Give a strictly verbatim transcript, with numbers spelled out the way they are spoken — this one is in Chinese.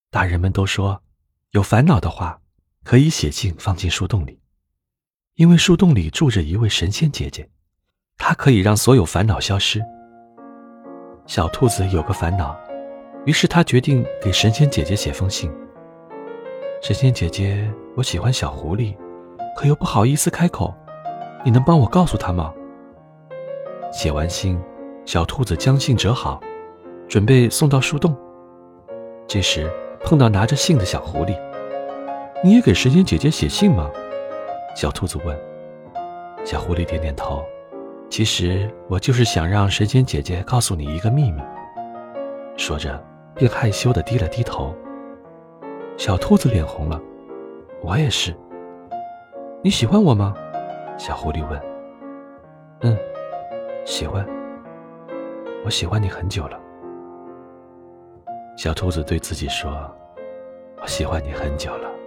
大人们都说，有烦恼的话，可以写信放进树洞里，因为树洞里住着一位神仙姐姐，她可以让所有烦恼消失。小兔子有个烦恼，于是他决定给神仙姐姐写封信。神仙姐姐，我喜欢小狐狸，可又不好意思开口，你能帮我告诉她吗？写完信，小兔子将信折好，准备送到树洞。这时碰到拿着信的小狐狸。你也给神仙姐姐写信吗？小兔子问。小狐狸点点头，其实我就是想让神仙姐姐告诉你一个秘密。说着便害羞地低了低头。小兔子脸红了。我也是。你喜欢我吗？小狐狸问。嗯，喜欢。我喜欢你很久了。小兔子对自己说，我喜欢你很久了。